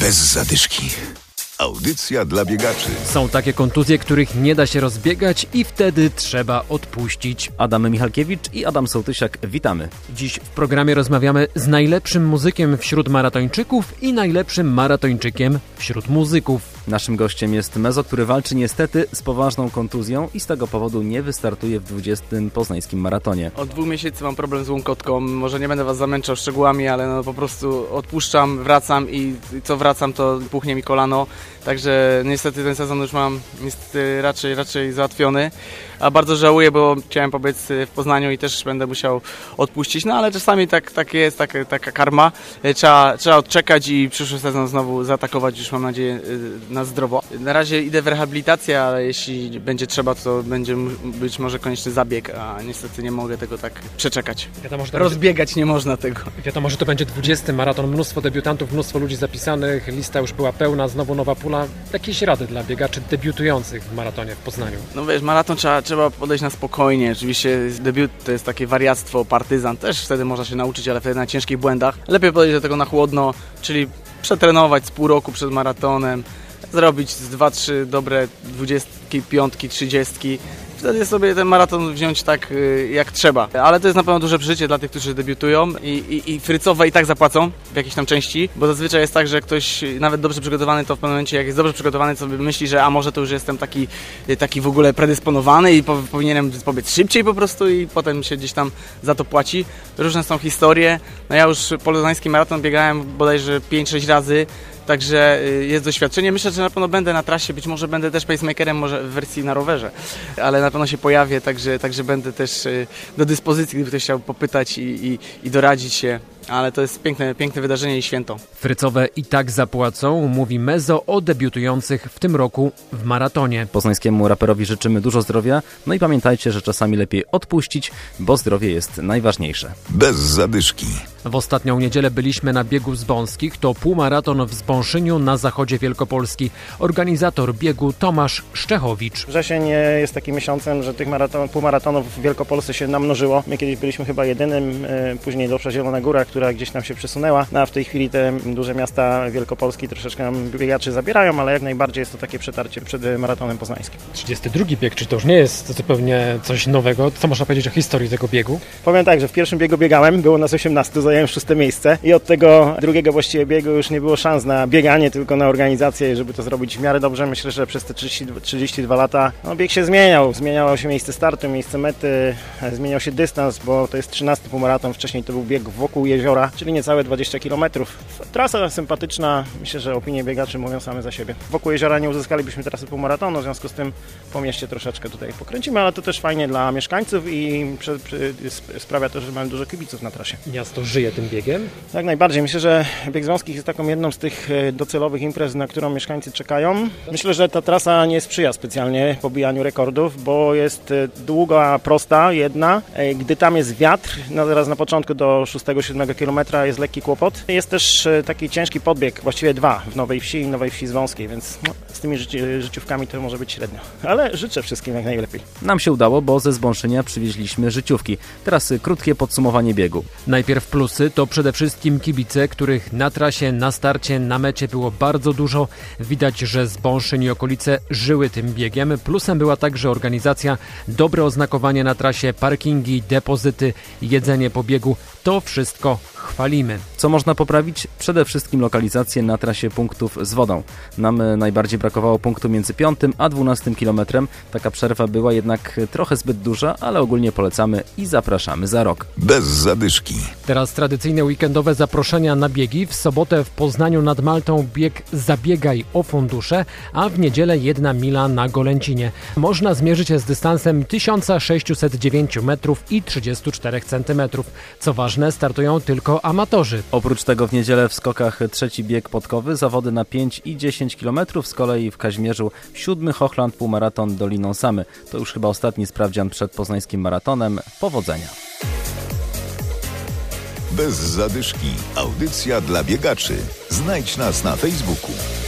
Bez zadyszki. Audycja dla biegaczy. Są takie kontuzje, których nie da się rozbiegać i wtedy trzeba odpuścić. Adam Michalkiewicz i Adam Sołtysiak, witamy. Dziś w programie rozmawiamy z najlepszym muzykiem wśród maratończyków i najlepszym maratończykiem wśród muzyków. Naszym gościem jest Mezo, który walczy niestety z poważną kontuzją i z tego powodu nie wystartuje w 20. poznańskim maratonie. Od 2 miesięcy mam problem z łąkotką. Może nie będę was zamęczał szczegółami, ale po prostu odpuszczam, wracam i co wracam, to puchnie mi kolano. Także niestety ten sezon już mam raczej załatwiony. A bardzo żałuję, bo chciałem pobiec w Poznaniu i też będę musiał odpuścić. No ale czasami tak jest, taka karma. Trzeba odczekać i przyszły sezon znowu zaatakować, już mam nadzieję, na zdrowo. Na razie idę w rehabilitację, ale jeśli będzie trzeba, to będzie być może konieczny zabieg, a niestety nie mogę tego tak przeczekać. Rozbiegać nie można tego. Wiadomo, że to będzie 20. maraton, mnóstwo debiutantów, mnóstwo ludzi zapisanych, lista już była pełna, znowu nowa pula. Jakieś rady dla biegaczy debiutujących w maratonie w Poznaniu? No wiesz, maraton trzeba podejść na spokojnie. Oczywiście debiut to jest takie wariactwo, partyzan, też wtedy można się nauczyć, ale wtedy na ciężkich błędach. Lepiej podejść do tego na chłodno, czyli przetrenować z pół roku przed maratonem, zrobić z 2-3 dobre 25, 30. Wtedy sobie ten maraton wziąć tak jak trzeba. Ale to jest na pewno duże przeżycie dla tych, którzy debiutują i frycowe i tak zapłacą w jakiejś tam części, bo zazwyczaj jest tak, że ktoś nawet dobrze przygotowany, to w pewnym momencie jak jest dobrze przygotowany, to sobie myśli, że a może to już jestem taki w ogóle predysponowany i powinienem pobiec szybciej po prostu i potem się gdzieś tam za to płaci. Różne są historie. No ja już poznański maraton biegałem bodajże 5-6 razy. Także jest doświadczenie. Myślę, że na pewno będę na trasie, być może będę też pacemakerem, może w wersji na rowerze, ale na pewno się pojawię, także będę też do dyspozycji, gdyby ktoś chciał popytać i doradzić się. Ale to jest piękne wydarzenie i święto. Frycowe i tak zapłacą, mówi Mezo o debiutujących w tym roku w maratonie. Poznańskiemu raperowi życzymy dużo zdrowia, no i pamiętajcie, że czasami lepiej odpuścić, bo zdrowie jest najważniejsze. Bez zadyszki. W ostatnią niedzielę byliśmy na biegu Zbąskich, to półmaraton w Zbąszyniu na zachodzie Wielkopolski. Organizator biegu Tomasz Szczechowicz. Wrzesień jest takim miesiącem, że tych półmaratonów w Wielkopolsce się namnożyło. My kiedyś byliśmy chyba jedynym, później doszła Zielona Góra, która gdzieś tam się przesunęła. No a w tej chwili te duże miasta Wielkopolski troszeczkę nam biegaczy zabierają, ale jak najbardziej jest to takie przetarcie przed maratonem poznańskim. 32 bieg, czy to już nie jest zupełnie coś nowego? Co można powiedzieć o historii tego biegu? Powiem tak, że w pierwszym biegu biegałem, było nas 18, zająłem 6. miejsce i od tego drugiego właściwie biegu już nie było szans na bieganie, tylko na organizację, żeby to zrobić w miarę dobrze. Myślę, że przez te 32 lata bieg się zmieniał. Zmieniało się miejsce startu, miejsce mety, zmieniał się dystans, bo to jest 13. półmaraton, wcześniej to był bieg wokół jeziora, czyli niecałe 20 km. Trasa sympatyczna, myślę, że opinie biegaczy mówią same za siebie. Wokół jeziora nie uzyskalibyśmy trasy półmaratonu, w związku z tym po mieście troszeczkę tutaj pokręcimy, ale to też fajnie dla mieszkańców i sprawia to, że mamy dużo kibiców na trasie. Miasto żyje tym biegiem? Jak najbardziej. Myślę, że bieg Zbąskich jest taką jedną z tych docelowych imprez, na którą mieszkańcy czekają. Myślę, że ta trasa nie sprzyja specjalnie pobijaniu rekordów, bo jest długa, prosta, jedna. Gdy tam jest wiatr, zaraz na początku do 6-7 km jest lekki kłopot. Jest też taki ciężki podbieg, właściwie 2 w Nowej Wsi i Nowej Wsi Zwąskiej, więc z tymi życiówkami to może być średnio. Ale życzę wszystkim jak najlepiej. Nam się udało, bo ze Zbąszynia przywieźliśmy życiówki. Teraz krótkie podsumowanie biegu. Najpierw plusy to przede wszystkim kibice, których na trasie, na starcie, na mecie było bardzo dużo. Widać, że Zbąszyn i okolice żyły tym biegiem. Plusem była także organizacja, dobre oznakowanie na trasie, parkingi, depozyty, jedzenie po biegu. To wszystko chwalimy. Co można poprawić? Przede wszystkim lokalizację na trasie punktów z wodą. Nam najbardziej brakowało punktu między 5. a 12. kilometrem. Taka przerwa była jednak trochę zbyt duża, ale ogólnie polecamy i zapraszamy za rok. Bez zadyszki. Teraz tradycyjne weekendowe zaproszenia na biegi. W sobotę w Poznaniu nad Maltą bieg Zabiegaj o fundusze, a w niedzielę 1 mila na Golęcinie. Można zmierzyć się z dystansem 1609 metrów i 34 centymetrów. Co ważne, startują tylko amatorzy. Oprócz tego w niedzielę w skokach 3. bieg podkowy, zawody na 5 i 10 km, z kolei w Kaźmierzu 7. Hochland półmaraton Doliną Samy. To już chyba ostatni sprawdzian przed poznańskim maratonem. Powodzenia! Bez zadyszki. Audycja dla biegaczy. Znajdź nas na Facebooku.